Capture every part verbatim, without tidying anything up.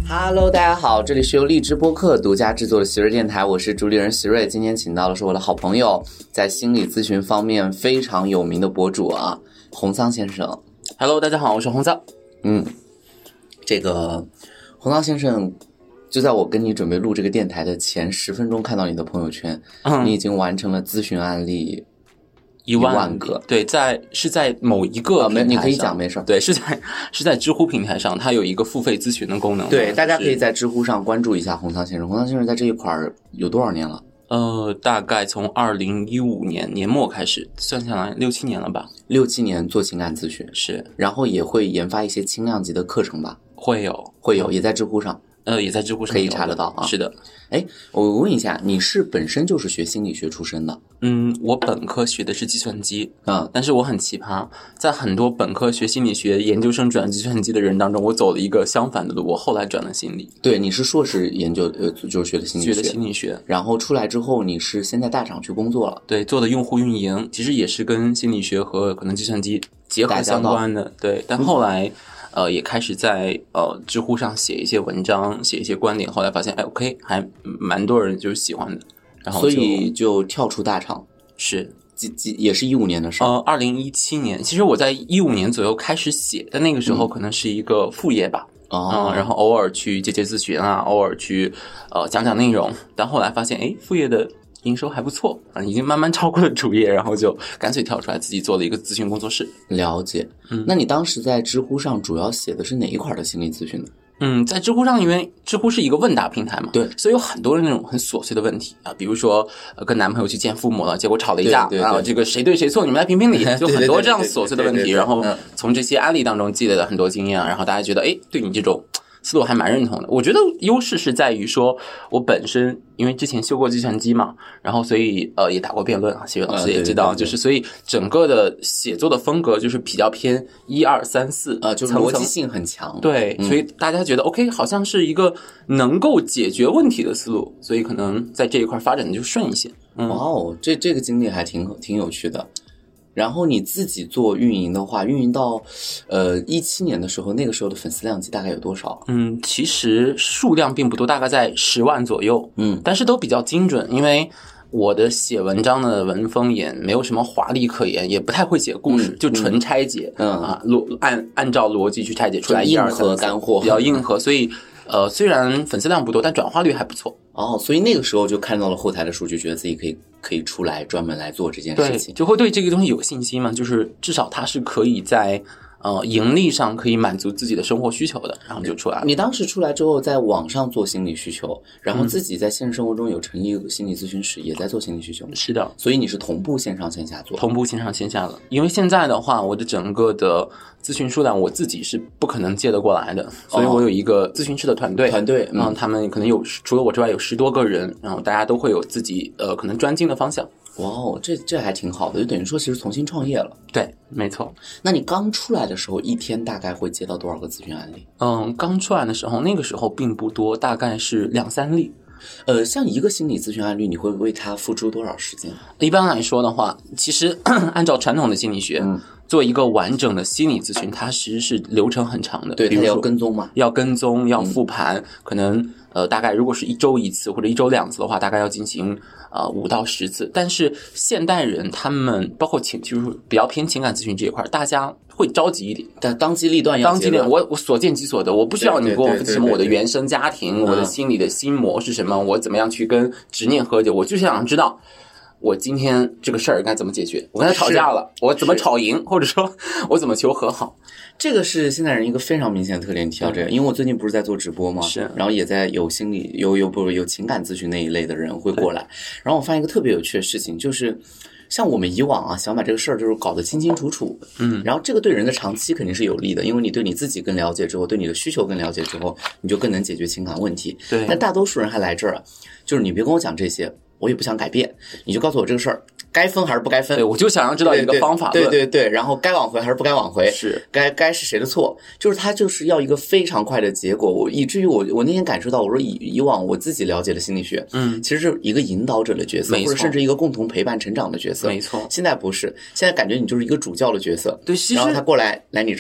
Hello， 大家好，这里是由荔枝播客独家制作的席瑞电台，我是主理人席瑞。今天请到的是我的好朋友，在心理咨询方面非常有名的博主啊，洪桑先生。 Hello， 大家好，我是洪桑。 嗯，这个洪桑先生，就在我跟你准备录这个电台的前十分钟，看到你的朋友圈，嗯、你已经完成了咨询案例。 一万, 一万个， 对，在是在某一个平台上、 哦、你可以讲没事。 对，是在是在知乎平台上，它有一个付费咨询的功能。 对，就是、大家可以在知乎上关注一下洪桑先生。洪桑先生在这一块有多少年了？ 呃，大概从二零一五年年末开始，算下来六七年了吧。 六七年做情感咨询是， 然后也会研发一些轻量级的课程吧？ 会有， 会有，也在知乎上。 呃，也在知乎上可以查得到啊。 是的。 哎，我问一下，你是本身就是学心理学出身的？ 嗯，我本科学的是计算机， 嗯， 但是我很奇葩，在很多本科学心理学、研究生转计算机的人当中，我走了一个相反的路，我后来转了心理。 对，你是硕士研究，呃，就是学的心理学， 学的心理学， 然后出来之后，你是先在大厂去工作了？ 对，做的用户运营，其实也是跟心理学和可能计算机结合相关的。对，但后来。嗯呃，也开始在呃知乎上写一些文章，写一些观点，后来发现，哎 ，OK， 还蛮多人就是喜欢的，然后所以就跳出大厂， 是， 几几也是一五年的事儿。 呃，二零一七年，其实我在一五年左右开始写，但那个时候可能是一个副业吧， 哦、 嗯，然后偶尔去接接咨询啊，偶尔去呃讲讲内容，但后来发现，哎，副业的营收还不错啊，已经慢慢超过了主业，然后就干脆跳出来自己做了一个咨询工作室。 了解，嗯，那你当时在知乎上主要写的是哪一块的心理咨询呢？ 嗯，在知乎上，因为知乎是一个问答平台嘛， 对， 所以有很多的那种很琐碎的问题啊，比如说、呃、跟男朋友去见父母了，结果吵了一架， 对对对啊，这个谁对谁错，你们来评评理，就很多这样琐碎的问题，然后从这些案例当中积累了很多经验，然后大家觉得，哎，对你这种思路还蛮认同的。我觉得优势是在于说，我本身因为之前修过计算机嘛，然后所以呃也打过辩论啊，谢岳老师也知道，呃、就是所以整个的写作的风格就是比较偏一二三四， 呃，就是逻辑性很强。 对、嗯，所以大家觉得 OK， 好像是一个能够解决问题的思路，所以可能在这一块发展的就顺一些。 嗯、哇哦，这这个经历还挺挺有趣的。然后你自己做运营的话，运营到呃一七年的时候，那个时候的粉丝量级大概有多少？ 嗯，其实数量并不多，大概在十万左右。 嗯， 但是都比较精准，因为我的写文章的文风也没有什么华丽可言，也不太会写故事，嗯、就纯拆解。 嗯啊，逻按按照逻辑去拆解出来一二三， 硬核干货， 比较硬核，所以。呃，虽然粉丝量不多，但转化率还不错。 哦，所以那个时候就看到了后台的数据，觉得自己可以可以出来专门来做这件事情， 对，就会对这个东西有信心嘛，就是至少它是可以在呃盈利上可以满足自己的生活需求的，然后就出来了。 你当时出来之后，在网上做心理需求，然后自己在现实生活中有成立心理咨询室，也在做心理需求。 是的， 所以你是同步线上线下做， 同步线上线下的。因为现在的话，我的整个的咨询数量我自己是不可能接得过来的，所以我有一个咨询师的团队， 团队， 嗯，他们可能有除了我之外有十多个人，然后大家都会有自己呃可能专精的方向。 哇哦，这这还挺好的，就等于说其实重新创业了。 对，没错。 那你刚出来的时候，一天大概会接到多少个咨询案例？ 嗯，刚出来的时候，那个时候并不多，大概是两三例。 呃，像一个心理咨询案例，你会为它付出多少时间？ 一般来说的话，其实按照传统的心理学，嗯，做一个完整的心理咨询，它其实是流程很长的。 对，它要跟踪嘛， 要跟踪，要复盘，嗯、可能呃大概如果是一周一次或者一周两次的话，大概要进行呃五到十次。但是现代人他们包括情就是比较偏情感咨询这一块，大家会着急一点， 但当机立断要当机立断，我我所见即所得，我不需要你给我分析什么我的原生家庭，我的心理的心魔是什么，我怎么样去跟执念和解，我就想知道我今天这个事儿该怎么解决，我跟他吵架了，我怎么吵赢，或者说我怎么求和好。 这个是现代人一个非常明显的特点，提到这个，因为我最近不是在做直播吗？ 是， 然后也在有心理有有不有情感咨询那一类的人会过来，然后我发现一个特别有趣的事情，就是像我们以往啊，想把这个事儿就是搞得清清楚楚，嗯，然后这个对人的长期肯定是有利的，因为你对你自己更了解之后，对你的需求更了解之后，你就更能解决情感问题。 对， 但大多数人还来这儿啊，就是你别跟我讲这些，我也不想改变，你就告诉我这个事儿该分还是不该分。 对，我就想要知道一个方法论。 对对 对, 对, 对，然后该挽回还是不该挽回， 是该该是谁的错，就是他就是要一个非常快的结果。我以至于我我那天感受到，我说以以往我自己了解的心理学，嗯，其实是一个引导者的角色，或者甚至一个共同陪伴成长的角色。 没错， 现在不是，现在感觉你就是一个主教的角色。 对，其实然后他过来来你这儿。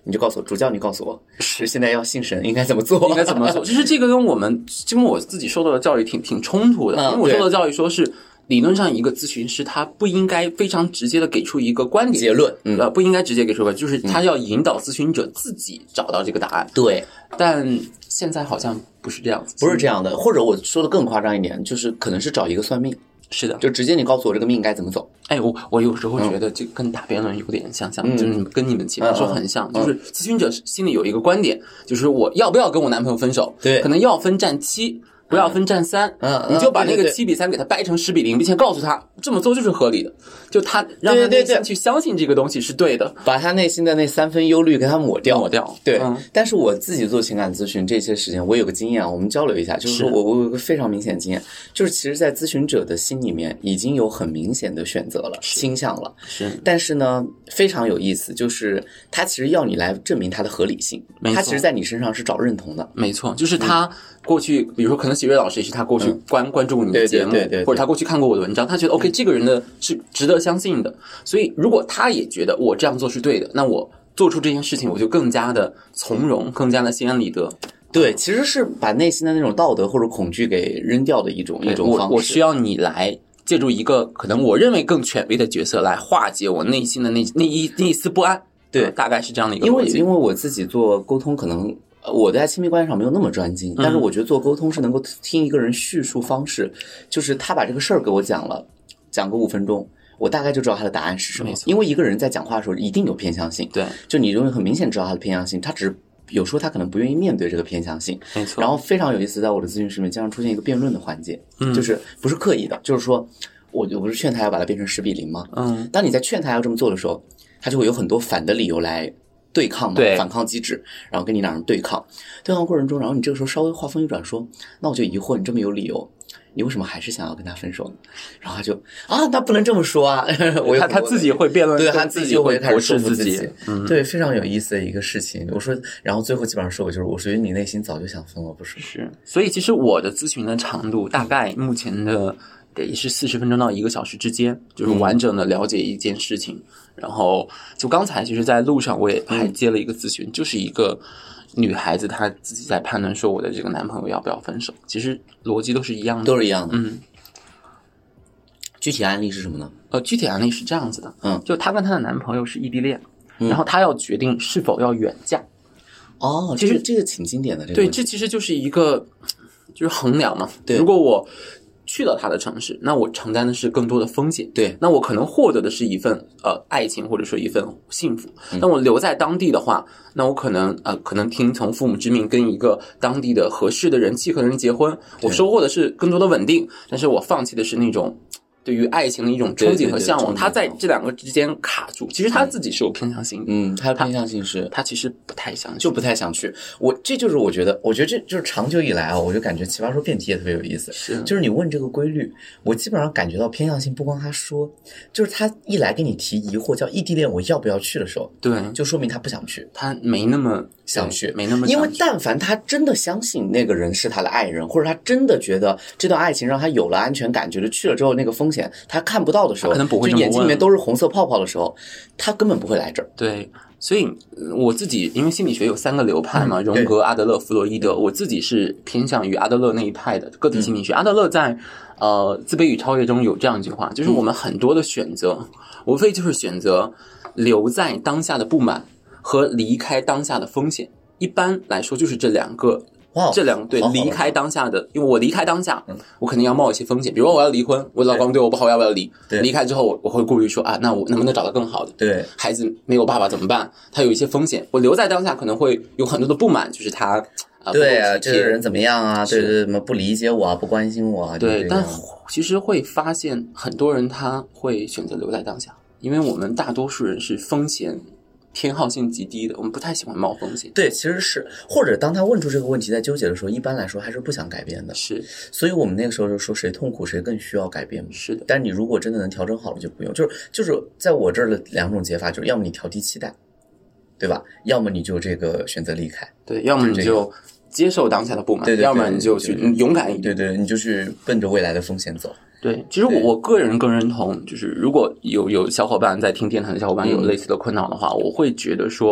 你就告诉我，主教你告诉我，是现在要信神应该怎么做， 应该怎么做？其实这个跟我们，就跟我自己受到的教育挺挺冲突的， 嗯、 因为我受到的教育说是。理论上，一个咨询师他不应该非常直接的给出一个观点结论， 嗯、呃，不应该直接给出个，就是他要引导咨询者自己找到这个答案。 对， 但现在好像不是这样子， 不是这样的，或者我说的更夸张一点，就是可能是找一个算命。 是的， 就直接你告诉我这个命该怎么走。 哎，我我有时候觉得这跟打辩论有点像，像、嗯、就是跟你们前面说很像，嗯、就是咨询者心里有一个观点，就是我要不要跟我男朋友分手？对，可能要分占七。不要分占三，嗯，你就把那个七比三给他掰成十比零，并且告诉他这么做就是合理的，就他让他内心去相信这个东西是对的， 把他内心的那三分忧虑给他抹掉， 抹掉。 对， 嗯、 但是我自己做情感咨询这些时间，我有个经验，我们交流一下，就是说我我有个非常明显的经验，就是其实，在咨询者的心里面已经有很明显的选择了，倾向了， 是， 但是呢，非常有意思，就是他其实要你来证明他的合理性，他其实在你身上是找认同的， 没错，就是他。嗯过去，比如说，可能喜瑞老师也是他过去关、嗯、关注你的节目， 对对对对对， 或者他过去看过我的文章，他觉得 OK， 这个人的是值得相信的。所以，如果他也觉得我这样做是对的，那我做出这件事情，我就更加的从容，更加的心安理得。 对，其实是把内心的那种道德或者恐惧给扔掉的一种一种方式。 我我需要你来借助一个可能我认为更权威的角色来化解我内心的那那一那一丝不安。 对、 嗯，大概是这样的一个逻辑。因为因为我自己做沟通，可能。我在亲密关系上没有那么专精，但是我觉得做沟通是能够听一个人叙述方式，嗯、就是他把这个事儿给我讲了，讲个五分钟，我大概就知道他的答案是什么。因为一个人在讲话的时候一定有偏向性， 对， 就你容易很明显知道他的偏向性，他只是有时候他可能不愿意面对这个偏向性， 没错。 然后非常有意思，在我的咨询室里面经常出现一个辩论的环节，嗯、就是不是刻意的，就是说我我不是劝他要把它变成十比零吗？嗯，当你在劝他要这么做的时候，他就会有很多反的理由来。对抗嘛，反抗机制，然后跟你两人对抗，对抗过程中，然后你这个时候稍微话锋一转说，那我就疑惑，你这么有理由，你为什么还是想要跟他分手呢？然后他就啊，那不能这么说啊，我他他自己会辩论， 对他自己会开始说服自己， 嗯， 对，非常有意思的一个事情。我说，然后最后基本上说我就是，我属于你内心早就想分了，不是？ 是，所以其实我的咨询的长度大概目前的。得是四十分钟到一个小时之间，就是完整的了解一件事情。嗯、然后就刚才其实在路上我也还接了一个咨询，嗯、就是一个女孩子她自己在判断说我的这个男朋友要不要分手，其实逻辑都是一样的， 都是一样的。 嗯， 具体案例是什么呢？ 呃，具体案例是这样子的， 嗯， 就她跟她的男朋友是异地恋，嗯、然后她要决定是否要远嫁。 哦，这个这个挺经典的，这个对，这其实就是一个就是衡量嘛。 对， 如果我去到他的城市，那我承担的是更多的风险， 对， 那我可能获得的是一份呃爱情或者说一份幸福。那我留在当地的话，那我可能呃可能听从父母之命，跟一个当地的合适的人契合的人结婚，我收获的是更多的稳定，但是我放弃的是那种对于爱情的一种憧憬和向往，他在这两个之间卡住。其实他自己是有偏向性的， 嗯，他的偏向性是他其实不太想， 就不太想去。我这就是我觉得，我觉得这就是长久以来啊，我就感觉奇葩说辩题也特别有意思。 是， 就是你问这个规律，我基本上感觉到偏向性不光他说，就是他一来给你提疑惑，叫异地恋我要不要去的时候， 对， 就说明他不想去， 他没那么想去， 没那么想去。 因为但凡他真的相信那个人是他的爱人，或者他真的觉得这段爱情让他有了安全感，觉得去了之后那个风险他看不到的时候， 可能不会就眼睛里面都是红色泡泡的时候，他根本不会来这儿。 对，所以我自己因为心理学有三个流派嘛，嗯、荣格、阿德勒、弗洛伊德，我自己是偏向于阿德勒那一派的个体心理学。嗯、阿德勒在呃《自卑与超越》中有这样一句话，就是我们很多的选择，嗯、无非就是选择留在当下的不满和离开当下的风险。一般来说，就是这两个。 Wow, 这两对离开当下的，因为我离开当下，嗯、我肯定要冒一些风险，比如说我要离婚，我老公对我不好，要不要离？离开之后我，我会顾虑说啊，那我能不能找到更好的？ 对， 孩子没有爸爸怎么办？他有一些风险，我留在当下可能会有很多的不满，就是他啊， 对啊，这个人怎么样啊？对对，怎么不理解我啊？不关心我啊？ 对，但其实会发现很多人他会选择留在当下，因为我们大多数人是风险偏好性极低的，我们不太喜欢冒风险。 对，其实是，或者当他问出这个问题在纠结的时候，一般来说还是不想改变的。 是， 所以我们那个时候就说谁痛苦谁更需要改变。 是的， 但是你如果真的能调整好了就不用。就是就是在我这儿的两种解法，就是要么你调低期待，对吧？要么你就这个选择离开， 对，要么你就接受当下的不满， 对对对， 要么你就去勇敢一点， 对对，你就去奔着未来的风险走。 对，其实我我个人更认同，就是如果有有小伙伴在听电台的小伙伴有类似的困扰的话，嗯、我会觉得说，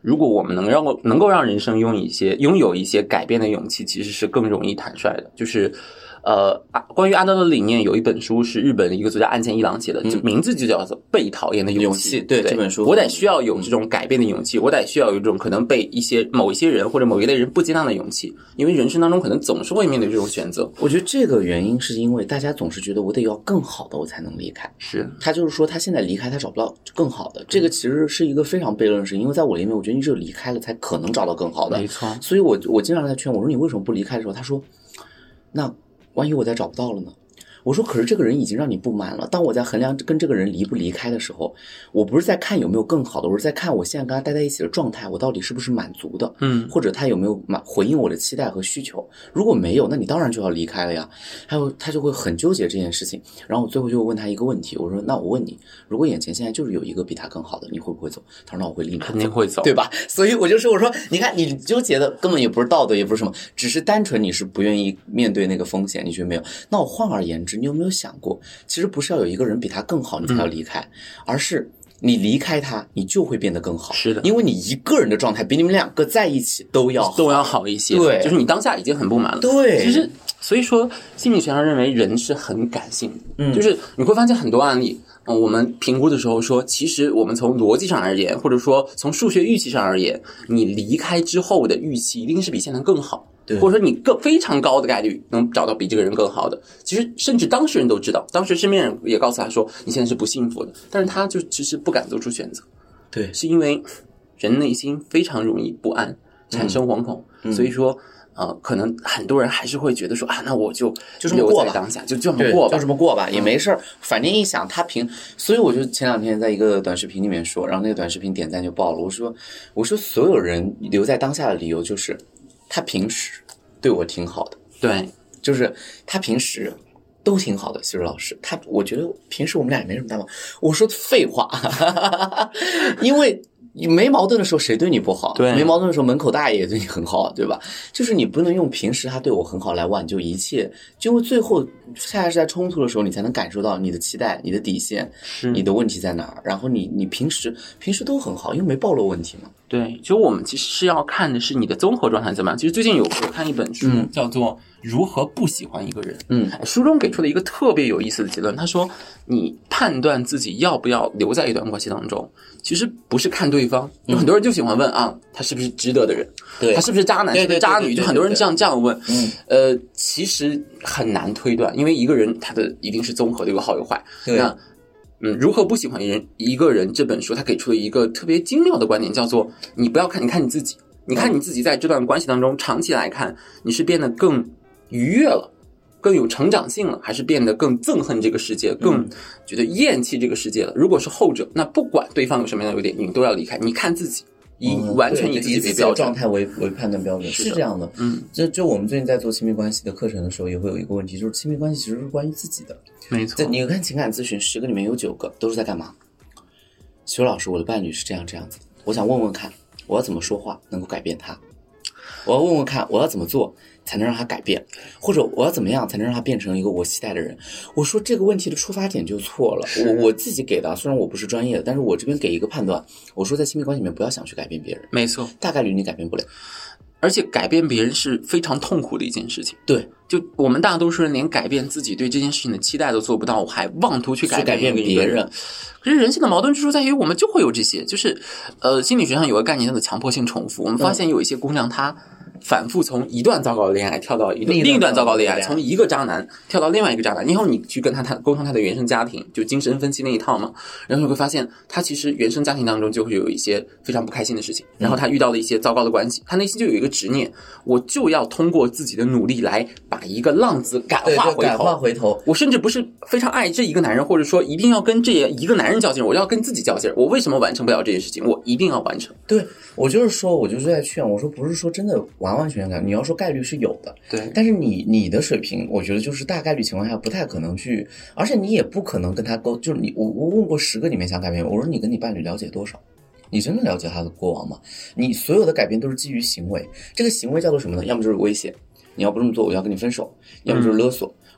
如果我们能让能够让人生拥有一些拥有一些改变的勇气，其实是更容易坦率的。就是呃，关于阿德勒的理念，有一本书是日本的一个作家岸见一郎写的，就名字就叫做《被讨厌的勇气》。 对, 对这本书， 我得需要有这种改变的勇气，我得需要有一种可能被一些某一些人或者某一类人不接纳的勇气，因为人生当中可能总是会面对这种选择。 我觉得这个原因是因为大家总是觉得我得要更好的我才能离开， 是他就是说他现在离开他找不到更好的，这个其实是一个非常悖论的事，因为在我里面，我觉得你只有离开了才可能找到更好的， 没错。 所以我我经常在劝我说你为什么不离开的时候，他说那万一我再找不到了呢？我说可是这个人已经让你不满了，当我在衡量跟这个人离不离开的时候，我不是在看有没有更好的，我是在看我现在跟他待在一起的状态，我到底是不是满足的， 嗯， 或者他有没有满回应我的期待和需求。如果没有，那你当然就要离开了呀。还有他就会很纠结这件事情，然后我最后就问他一个问题，我说那我问你，如果眼前现在就是有一个比他更好的，你会不会走？他说那我会立马走。 肯定会走， 对吧？所以我就说我说你看你纠结的根本也不是道德，也不是什么，只是单纯你是不愿意面对那个风险，你觉得没有。那我换而言之，你有没有想过，其实不是要有一个人比他更好你才要离开，嗯，而是你离开他你就会变得更好。 是的， 因为你一个人的状态比你们两个在一起都要好都要好一些。 对， 就是你当下已经很不满了。 对， 其实所以说心理学上认为人是很感性的， 嗯， 就是你会发现很多案例，嗯，我们评估的时候说，其实我们从逻辑上而言，或者说从数学预期上而言，你离开之后的预期一定是比现在更好。 对， 或者说你更非常高的概率能找到比这个人更好的。其实甚至当事人都知道，当时身边人也告诉他说你现在是不幸福的，但是他就其实不敢做出选择。 对， 是因为人内心非常容易不安，产生惶恐，嗯，所以说呃，可能很多人还是会觉得说啊，那我就就这么过吧， 当下就这么过吧， 就这么过吧，也没事儿，反正一想他平，所以我就前两天在一个短视频里面说，然后那个短视频点赞就爆了，我说我说所有人留在当下的理由就是他平时对我挺好的， 对， 就是他平时都挺好的，西瑞老师，他我觉得平时我们俩也没什么大矛盾。我说废话，因为没矛盾的时候谁对你不好？ 对， 没矛盾的时候门口大爷也对你很好，对吧？就是你不能用平时他对我很好来挽救一切，因为最后恰恰是在冲突的时候，你才能感受到你的期待、你的底线、你的问题在哪儿。然后你你平时平时都很好，因为没暴露问题嘛。 对，就我们其实是要看的是你的综合状态怎么样。其实最近有有看一本书，嗯，叫做《如何不喜欢一个人》。 嗯， 书中给出了一个特别有意思的结论，他说，你判断自己要不要留在一段关系当中，其实不是看对方。有很多人就喜欢问啊，他是不是值得的人？ 对， 他是不是渣男？是不是渣女？就很多人这样这样问。 嗯， 呃，其实很难推断，因为一个人他的一定是综合的，有好有坏。 对。 那嗯，如何不喜欢一人一个人这本书他给出了一个特别精妙的观点，叫做你不要看，你看你自己，你看你自己在这段关系当中长期来看，你是变得更愉悦了，更有成长性了，还是变得更憎恨这个世界，更觉得厌弃这个世界了？如果是后者，那不管对方有什么样的优点，你都要离开。你看自己，以完全以自己为标准， 状态为为判断标准，是这样的。 嗯， 就就我们最近在做亲密关系的课程的时候，也会有一个问题，就是亲密关系其实是关于自己的。 没错， 你看情感咨询，十个里面有九个都是在干嘛？修老师，我的伴侣是这样这样子的，我想问问看，我要怎么说话能够改变他？我要问问看，我要怎么做才能让他改变，或者我要怎么样才能让他变成一个我期待的人？我说这个问题的出发点就错了，我我自己给的，虽然我不是专业的，但是我这边给一个判断，我说在亲密关系里面不要想去改变别人， 没错， 大概率你改变不了。 而且改变别人是非常痛苦的一件事情。 对， 就我们大多数人连改变自己对这件事情的期待都做不到，我还妄图去改变别人。 可是人性的矛盾之处在于，我们就会有这些，就是呃，心理学上有个概念叫做强迫性重复。我们发现有一些姑娘她反复从一段糟糕的恋爱跳到一个另一段糟糕的恋爱，从一个渣男跳到另外一个渣男，然后你去跟他谈沟通他的原生家庭，就精神分析那一套嘛，然后你会发现他其实原生家庭当中就会有一些非常不开心的事情，然后他遇到了一些糟糕的关系，他内心就有一个执念，我就要通过自己的努力来把一个浪子感化回头， 感化回头。 我甚至不是非常爱这一个男人，或者说一定要跟这一个男人较劲，我要跟自己较劲，我为什么完成不了这件事情？我一定要完成。 对，我就是说，我就是在劝我说，不是说真的完完全全，你要说概率是有的， 对， 但是你你的水平，我觉得就是大概率情况下不太可能去，而且你也不可能跟他沟，就是你我我问过十个里面想改变，我说你跟你伴侣了解多少？你真的了解他的过往吗？你所有的改变都是基于行为，这个行为叫做什么呢？要么就是威胁，你要不这么做，我要跟你分手；要么就是勒索。嗯，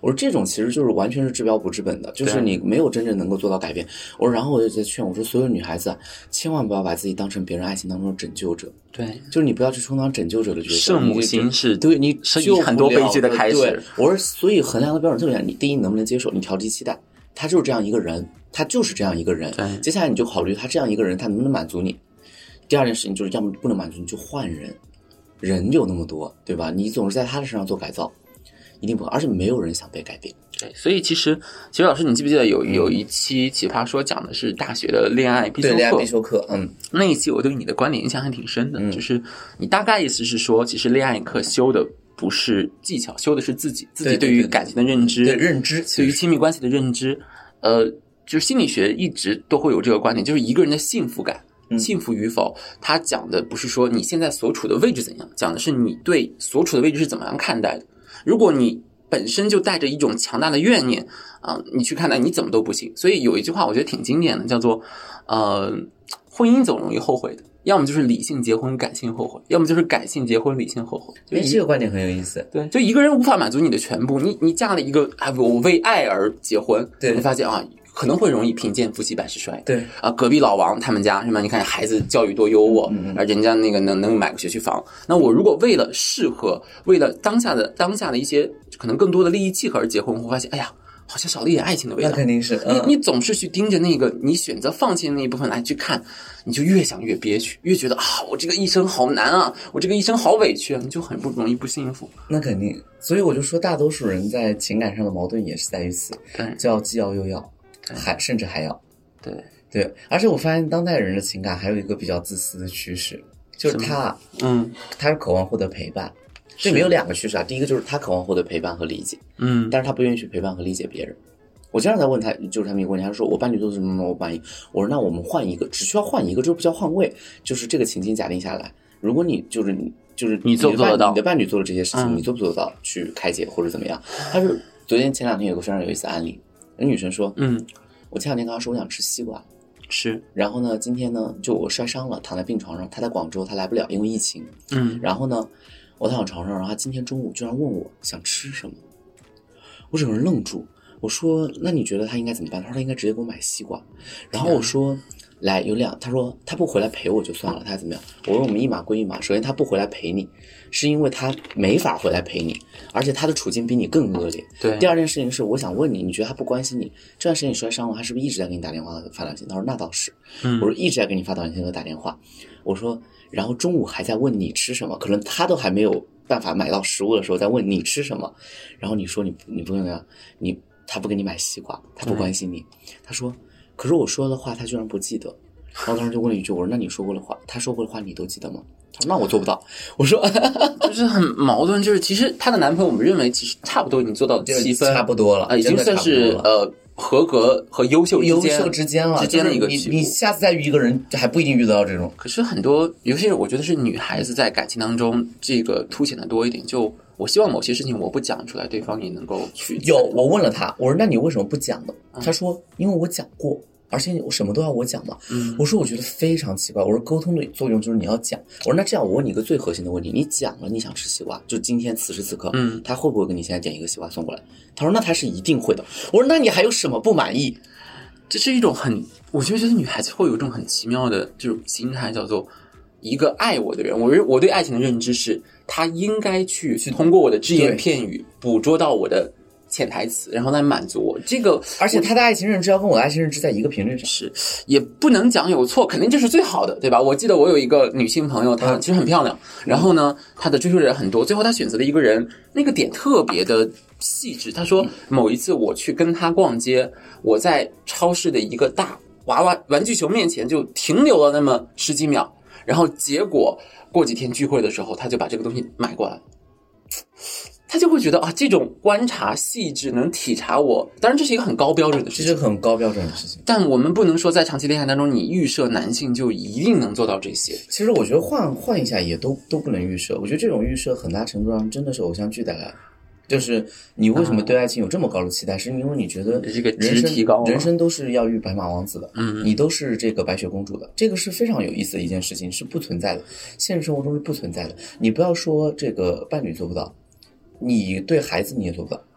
我说这种其实就是完全是治标不治本的，就是你没有真正能够做到改变。我说，然后我就在劝我说，所有女孩子千万不要把自己当成别人爱情当中的拯救者。 对， 就是你不要去充当拯救者的角色。 圣母心是对你是以很多悲剧的开始。 对，我说，所以衡量的标准这么样，你第一你能不能接受，你调低期待，他就是这样一个人，他就是这样一个人。接下来你就考虑他这样一个人，他能不能满足你。第二件事情就是，要么不能满足你就换人，人有那么多，对吧？你总是在他的身上做改造，一定不，而且没有人想被改变。 对，所以其实，其实老师，你记不记得有有一期奇葩说讲的是大学的恋爱必修课？ 对，恋爱必修课，嗯， 那一期我对你的观点印象还挺深的，嗯、就是你大概意思是说，其实恋爱课修的不是技巧，修的是自己自己对于感情的认知， 对认知， 对于亲密关系的认知。呃，就是心理学一直都会有这个观点，就是一个人的幸福感。幸福与否，他讲的不是说你现在所处的位置怎样，讲的是你对所处的位置是怎么样看待的。如果你本身就带着一种强大的怨念啊、呃，你去看待你怎么都不行。所以有一句话我觉得挺经典的，叫做呃，婚姻总容易后悔的，要么就是理性结婚感性后悔，要么就是感性结婚理性后悔。 因为这个观点很有意思。 对，就一个人无法满足你的全部，你你嫁了一个啊，我为爱而结婚，对，你发现啊。可能会容易贫贱夫妻百事衰。 对啊，隔壁老王他们家是吗？你看孩子教育多优渥，嗯、而人家那个能能买个学区房。那我如果为了适合，为了当下的当下的一些可能更多的利益契合而结婚，会发现，哎呀，好像少了一点爱情的味道。 那肯定是，嗯、 你你总是去盯着那个你选择放弃的那一部分来去看，你就越想越憋屈，越觉得啊，我这个一生好难啊，我这个一生好委屈啊，你就很不容易不幸福。 那肯定，所以我就说，大多数人在情感上的矛盾也是在于此， 对， 叫既要又要。还甚至还要， 对对，而且我发现当代人的情感还有一个比较自私的趋势，就是他， 嗯， 他是渴望获得陪伴，这里面有两个趋势啊，第一个就是他渴望获得陪伴和理解， 嗯， 但是他不愿意去陪伴和理解别人。我经常在问他，就是他们一个问题，他说我伴侣做什么，我伴侣，我说那我们换一个，只需要换一个，这不叫换位，就是这个情境假定下来，如果你就是就是你做不做得到， 你的伴侣做了这些事情， 嗯、 你做不做得到去开解或者怎么样？他是昨天前两天有个非常有意思的案例。那女生说， 嗯， 我前两天跟她说我想吃西瓜， 是， 然后呢，今天呢，就我摔伤了，躺在病床上，她在广州，她来不了，因为疫情， 嗯， 然后呢，我躺在床上，然后她今天中午居然问我想吃什么，我整个人愣住，我说那你觉得她应该怎么办？她说她应该直接给我买西瓜，然后我说。来有两，他说他不回来陪我就算了，他还怎么样？我说我们一码归一码。首先他不回来陪你，是因为他没法回来陪你，而且他的处境比你更恶劣。 对。 第二件事情是，我想问你，你觉得他不关心你？这段时间你摔伤了，他是不是一直在给你打电话发短信？他说那倒是。 嗯。 我说一直在给你发短信和打电话。我说，然后中午还在问你吃什么，可能他都还没有办法买到食物的时候，在问你吃什么。然后你说你你不能样，你他不给你买西瓜，他不关心你。他说。可是我说的话他居然不记得，然后当时就问了一句，我说那你说过的话，他说过的话你都记得吗？他说那我做不到。我说就是很矛盾，就是其实她的男朋友我们认为其实差不多已经做到七分， 差不多了， 呃、已经算是呃合格和优秀之间优秀之间了之间的一个、 就是、你你下次再遇一个人还不一定遇得到这种。 可是很多尤其是我觉得是女孩子在感情当中这个凸显的多一点，就我希望某些事情我不讲出来，对方也能够去。 有，我问了他，我说那你为什么不讲呢？嗯、他说因为我讲过，而且我什么都要我讲嘛。 嗯， 我说我觉得非常奇怪，我说沟通的作用就是你要讲。我说那这样我问你一个最核心的问题，你讲了你想吃西瓜，就今天此时此刻， 嗯， 他会不会给你现在点一个西瓜送过来？他说那他是一定会的。我说那你还有什么不满意？ 这是一种很，我觉得觉得女孩子会有一种很奇妙的这种心态，叫做一个爱我的人，我我对爱情的认知是，他应该去通过我的只言片语捕捉到我的潜台词，然后来满足我这个。 而且他的爱情认知要跟我的爱情认知在一个频率上， 是也不能讲有错，肯定这是最好的，对吧？我记得我有一个女性朋友，她其实很漂亮，嗯、然后呢，她的追求者很多，最后她选择了一个人，那个点特别的细致。她说某一次我去跟她逛街，我在超市的一个大娃娃玩具球面前就停留了那么十几秒。然后结果过几天聚会的时候，他就把这个东西买过来，他就会觉得啊，这种观察细致能体察我，当然这是一个很高标准的事情， 这是很高标准的事情。 但我们不能说在长期恋爱当中，你预设男性就一定能做到这些。 其实我觉得换换一下也都都不能预设，我觉得这种预设很大程度上真的是偶像剧带来的。就是你为什么对爱情有这么高的期待，是因为你觉得这个值提高了， 人生都是要遇白马王子的， 嗯， 你都是这个白雪公主的，这个是非常有意思的一件事情，是不存在的，现实生活中是不存在的。你不要说这个伴侣做不到，你对孩子你也做不到，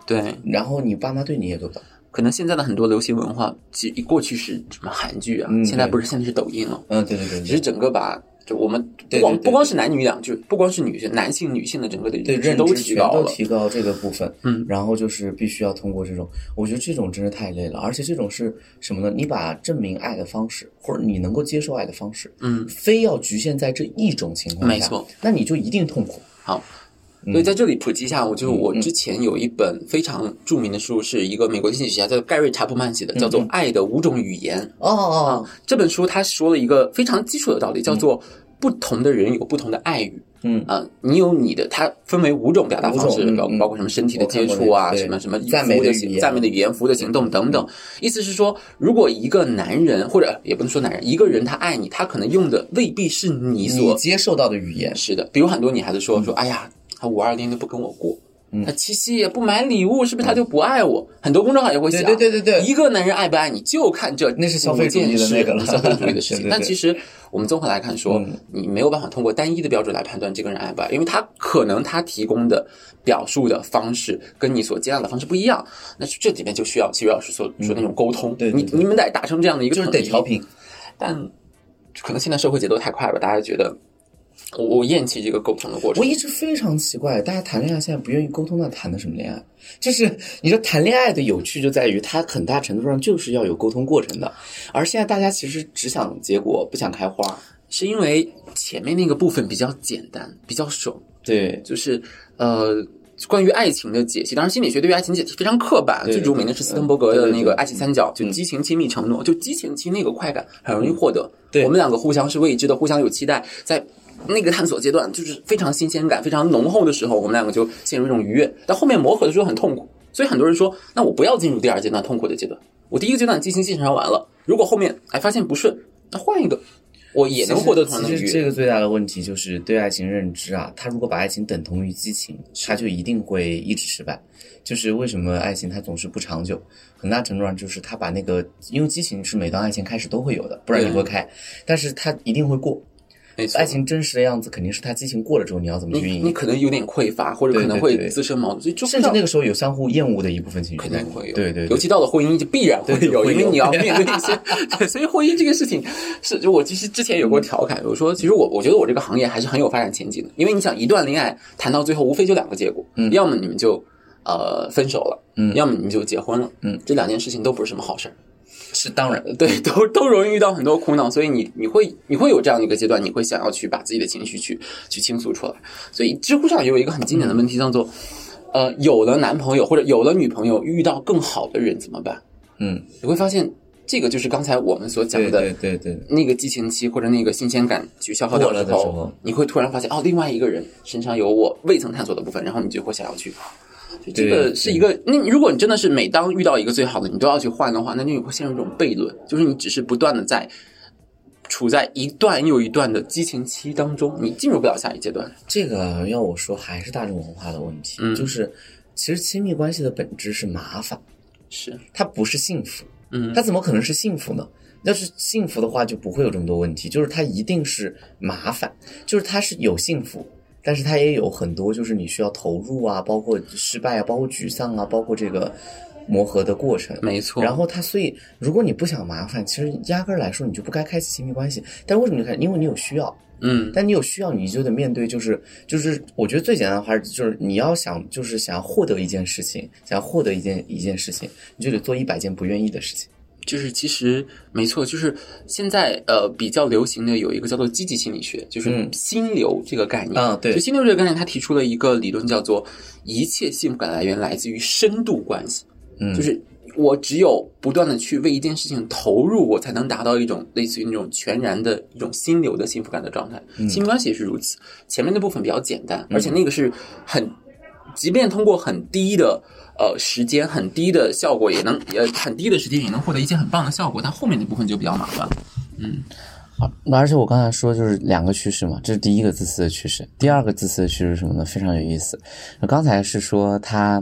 对， 然后你爸妈对你也做不到。 可能现在的很多流行文化，其过去是什么韩剧啊，嗯、现在不是现在是抖音了。 嗯，对对对， 其实整个把就我们不光不光是男女两，就不光是女性、男性、女性的整个的对认知都提高了， 都提高这个部分。嗯，然后就是必须要通过这种，我觉得这种真是太累了，而且这种是什么呢？你把证明爱的方式，或者你能够接受爱的方式，嗯，非要局限在这一种情况下， 没错， 那你就一定痛苦。 好。所以在这里普及一下，我就是我之前有一本非常著名的书，是一个美国经济学家叫盖瑞查普曼写的，叫做《爱的五种语言》。 哦哦， 这本书他说了一个非常基础的道理，叫做不同的人有不同的爱语。嗯啊，你有你的，它分为五种表达方式，包包括什么身体的接触啊，什么什么赞美的语言、 赞美的语言、服务的行动等等。意思是说，如果一个男人或者也不能说男人，一个人他爱你，他可能用的未必是你所你接受到的语言。 是的，比如很多女孩子说说，哎呀。他五二零都不跟我过，他七夕也不买礼物，是不是他就不爱我？很多公众号也会想， 对对对对对， 一个男人爱不爱你，就看这那是消费主义的那个了， 消费主义的事情。但其实我们综合来看说，你没有办法通过单一的标准来判断这个人爱不爱，因为他可能他提供的表述的方式跟你所接纳的方式不一样。那这里面就需要齐瑞老师所说那种沟通， 对， 你你们得达成这样的一个就是得调频， 但可能现在社会节奏太快了，大家觉得。我我厌弃这个沟通的过程。 我一直非常奇怪，大家谈恋爱现在不愿意沟通，那谈的什么恋爱？就是你说谈恋爱的有趣就在于它很大程度上就是要有沟通过程的，而现在大家其实只想结果，不想开花， 是因为前面那个部分比较简单，比较爽。 对， 就是呃。关于爱情的解析，当然心理学对于爱情解析非常刻板，最著名的是斯滕伯格的那个爱情三角，就激情、亲密、承诺，就激情期那个快感很容易获得。 对， 我们两个互相是未知的，互相有期待，在那个探索阶段就是非常新鲜感非常浓厚的时候，我们两个就陷入一种愉悦，但后面磨合的时候很痛苦。所以很多人说，那我不要进入第二阶段痛苦的阶段，我第一个阶段激情欣赏完了，如果后面哎发现不顺，那换一个。我也能获得同样的愉悦。 其实这个最大的问题就是对爱情认知啊，他如果把爱情等同于激情，他就一定会一直失败。就是为什么爱情它总是不长久，很大程度上就是他把那个，因为激情是每当爱情开始都会有的，不然你会开，但是他一定会过。爱情真实的样子肯定是他激情过了之后你要怎么去运营， 你可能有点匮乏，或者可能会滋生矛盾， 对对对，甚至那个时候有相互厌恶的一部分情绪， 肯定会有， 对 对, 对， 尤其到了婚姻就必然会有， 对对因为你要面对一些对，所以婚姻这个事情是，就我其实之前有过调侃，我说其实我我觉得我这个行业还是很有发展前景的，因为你想一段恋爱谈到最后无非就两个结果，嗯，要么你们就呃分手了，嗯，要么你们就结婚了，嗯，这两件事情都不是什么好事儿。 是当然， 对，都都容易遇到很多苦恼，所以你你会你会有这样的一个阶段，你会想要去把自己的情绪去去倾诉出来。所以知乎上有一个很经典的问题叫做，呃，有了男朋友或者有了女朋友，遇到更好的人怎么办？嗯，你会发现这个就是刚才我们所讲的， 对对 对, 对， 那个激情期或者那个新鲜感去消耗掉之后，你会突然发现哦，另外一个人身上有我未曾探索的部分，然后你就会想要去。这个是一个，那如果你真的是每当遇到一个最好的，你都要去换的话，那你会陷入这种悖论，就是你只是不断的在处在一段又一段的激情期当中，你进入不了下一阶段。 这个要我说还是大众文化的问题，嗯、就是其实亲密关系的本质是麻烦， 是它不是幸福，嗯，它怎么可能是幸福呢？要是幸福的话，就不会有这么多问题，就是它一定是麻烦，就是它是有幸福。但是它也有很多就是你需要投入啊，包括失败啊，包括沮丧啊，包括这个磨合的过程。 没错。 然后它所以如果你不想麻烦，其实压根儿来说你就不该开启亲密关系。但为什么你看？因为你有需要。嗯。但你有需要，你就得面对，就是就是我觉得最简单的话就是你要想就是想要获得一件事情，想要获得一件一件事情，你就得做一百件不愿意的事情。 就是其实没错，就是现在呃比较流行的有一个叫做积极心理学，就是心流这个概念。 嗯，对。 就心流这个概念，他提出了一个理论，叫做一切幸福感来源来自于深度关系。嗯，就是我只有不断的去为一件事情投入，我才能达到一种类似于那种全然的一种心流的幸福感的状态。嗯，亲密关系也是如此，前面的部分比较简单，而且那个是很，即便通过很低的。呃，时间很低的效果也能，呃，很低的时间也能获得一些很棒的效果，但后面的部分就比较麻烦。嗯， 好，那而且我刚才说就是两个趋势嘛，这是第一个自私的趋势，第二个自私的趋势是什么呢？非常有意思。刚才是说他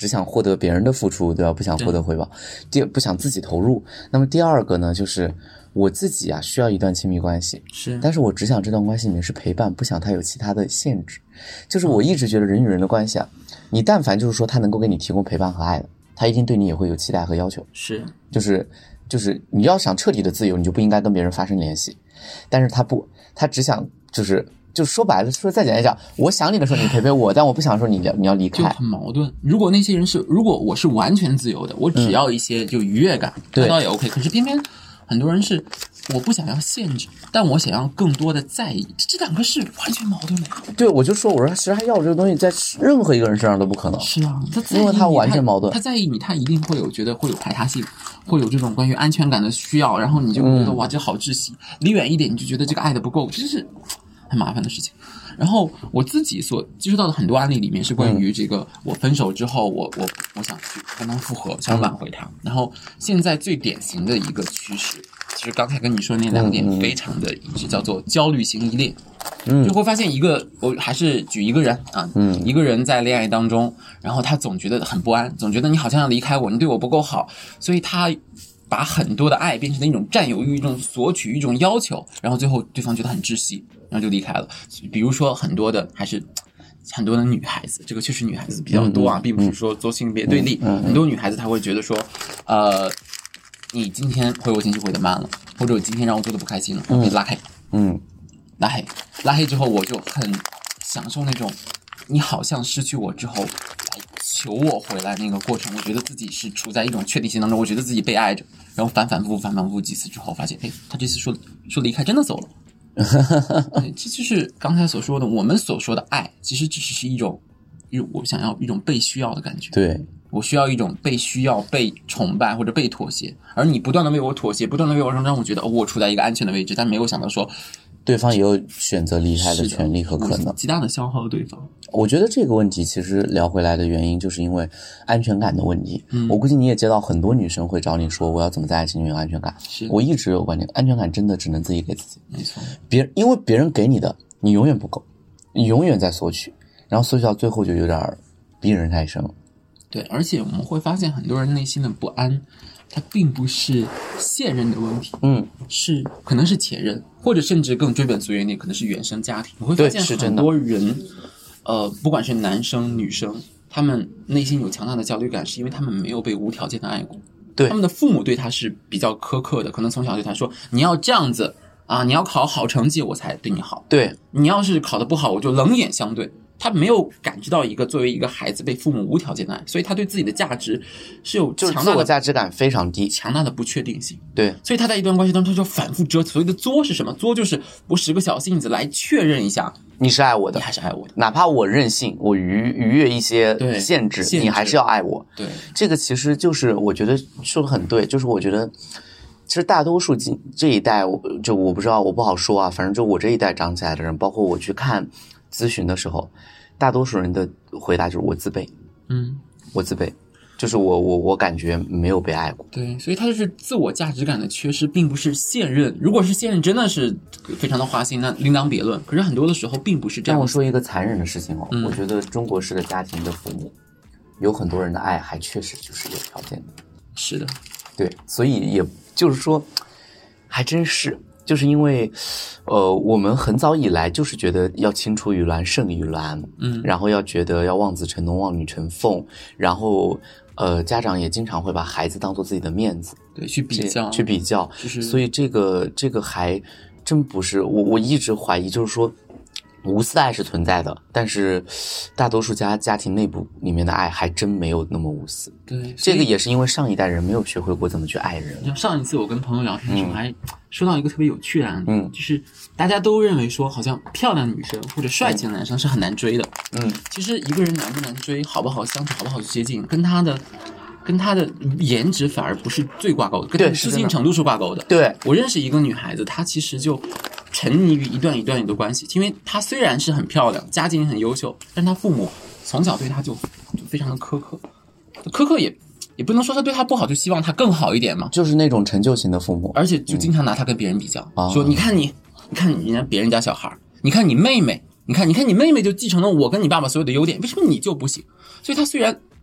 只想获得别人的付出，对吧？不想获得回报，第不想自己投入。那么第二个呢，就是我自己啊需要一段亲密关系， 是， 但是我只想这段关系里面是陪伴，不想它有其他的限制。就是我一直觉得人与人的关系啊，你但凡就是说他能够给你提供陪伴和爱的，他一定对你也会有期待和要求。 是， 就是就是你要想彻底的自由，你就不应该跟别人发生联系。但是他不，他只想就是。就说白了，说再简单一讲，我想你的时候你陪陪我，但我不想说你你要离开， 就很矛盾。如果那些人是，如果我是完全自由的，我只要一些就愉悦感，那、嗯、倒也 OK。可是偏偏很多人是，我不想要限制，但我想要更多的在意，这两个是完全矛盾的。 对，我就说，我说其实他要这个东西，在任何一个人身上都不可能。 是啊，他因为他完全矛盾。 他在意你，他一定会有觉得会有排他性，会有这种关于安全感的需要，然后你就觉得、嗯、哇，这好窒息。离远一点，你就觉得这个爱的不够，这是很麻烦的事情。然后我自己所接触到的很多案例里面是关于这个，我分手之后，我我我想去跟他复合，想挽回他。然后现在最典型的一个趋势，其实刚才跟你说那两点非常的一致，叫做焦虑型依恋。嗯，就会发现一个，我还是举一个人啊，嗯，一个人在恋爱当中，然后他总觉得很不安，总觉得你好像要离开我，你对我不够好，所以他把很多的爱变成了一种占有欲、一种索取、一种要求，然后最后对方觉得很窒息，然后就离开了。比如说很多的还是很多的女孩子，这个确实女孩子比较多啊，并不是说做性别对立。很多女孩子她会觉得说，呃，你今天回我信息回得慢了，或者我今天让我做的不开心了，我可以拉黑，嗯，拉黑，拉黑之后我就很享受那种你好像失去我之后求我回来那个过程，我觉得自己是处在一种确定性当中，我觉得自己被爱着，然后反反复复反反复复几次之后发现，哎，他这次说说离开真的走了。这就是刚才所说的，我们所说的爱其实只是一种我想要一种被需要的感觉， 对， 我需要一种被需要、被崇拜或者被妥协，而你不断的为我妥协，不断的为我让我觉得、哦、我处在一个安全的位置，但没有想到说对方也有选择离开的权利和可能， 极大的消耗对方。 我觉得这个问题其实聊回来的原因就是因为安全感的问题。嗯，我估计你也接到很多女生会找你说我要怎么在爱情里面有安全感。 是， 我一直有观点，安全感真的只能自己给自己。 没错， 别因为别人给你的你永远不够，你永远在索取，然后索取到最后就有点逼人太深了。 对，而且我们会发现很多人内心的不安，它并不是现任的问题，嗯，是可能是前任，或者甚至更追本溯源一点，可能是原生家庭。你会发现很多人，呃，不管是男生女生，他们内心有强大的焦虑感，是因为他们没有被无条件的爱过。 对， 他们的父母对他是比较苛刻的，可能从小对他说，你要这样子啊，你要考好成绩我才对你好。 对， 你要是考得不好，我就冷眼相对。他没有感知到一个作为一个孩子被父母无条件的爱，所以他对自己的价值是有强大的， 就是自我价值感非常低， 强大的不确定性。 对， 所以他在一段关系当中他就反复折腾。所谓的作是什么？作就是我使个小性子来确认一下你是爱我的， 你还是爱我的， 哪怕我任性，我逾逾越一些限制， 限制你还是要爱我。 对， 这个其实就是我觉得说的很对，就是我觉得其实大多数这一代，就我不知道，我不好说啊，反正就我这一代长起来的人，包括我去看咨询的时候，大多数人的回答就是我自卑， 嗯， 我自卑，就是我我我感觉没有被爱过。 对，所以他就是自我价值感的缺失，并不是现任。如果是现任真的是非常的花心，那另当别论。可是很多的时候并不是这样。 让我说一个残忍的事情哦， 嗯、 我觉得中国式的家庭的父母，有很多人的爱还确实就是有条件的。 是的， 对，所以也就是说，还真是。就是因为，呃，我们很早以来就是觉得要青出于蓝胜于蓝，嗯，然后要觉得要望子成龙望女成凤，然后呃，家长也经常会把孩子当做自己的面子， 对，去比较， 去比较， 就是所以这个这个还真不是我我一直怀疑，就是说无私的爱是存在的，但是大多数家家庭内部里面的爱还真没有那么无私。 对， 这个也是因为上一代人没有学会过怎么去爱人。 像上一次我跟朋友聊天的时候，还说到一个特别有趣的案例， 嗯， 就是大家都认为说，好像漂亮女生或者帅气的男生是很难追的， 嗯， 其实一个人难不难追，好不好相处，好不好接近，跟他的跟他的颜值反而不是最挂钩的，跟他的自信程度是挂钩的。 对， 我认识一个女孩子，她其实就沉溺于一段一段的关系，因为她虽然是很漂亮，家境很优秀，但她父母从小对她就就非常的苛刻，苛刻也也不能说他对她不好，就希望她更好一点嘛， 就是那种成就型的父母， 而且就经常拿她跟别人比较， 嗯、 说你看你，你看人家别人家小孩，你看你妹妹，你看你看你妹妹就继承了我跟你爸爸所有的优点，为什么你就不行？所以她虽然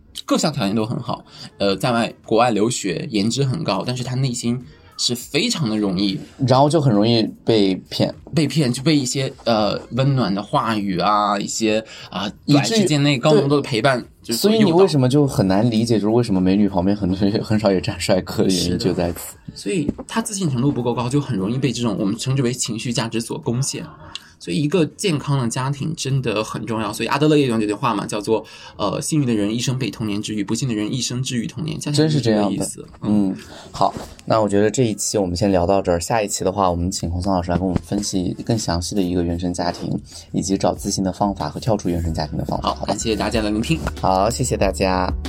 各项条件都很好，呃，在外国外留学，颜值很高，但是他内心是非常的容易， 然后就很容易被骗， 被骗就被一些呃温暖的话语啊，一些啊、呃、短时间内高浓度的陪伴，就是所以你为什么就很难理解，就是为什么美女旁边很很少也站帅哥的原因就在此。 所以他自信程度不够高，就很容易被这种我们称之为情绪价值所攻陷。所以一个健康的家庭真的很重要。所以阿德勒也有这句话嘛，叫做呃，幸运的人一生被童年治愈，不幸的人一生治愈童年。 真是这样的意思。 嗯，好，那我觉得这一期我们先聊到这儿，下一期的话，我们请洪桑老师来跟我们分析更详细的一个原生家庭，以及找自信的方法和跳出原生家庭的方法。 好，感谢大家的聆听。 好，谢谢大家。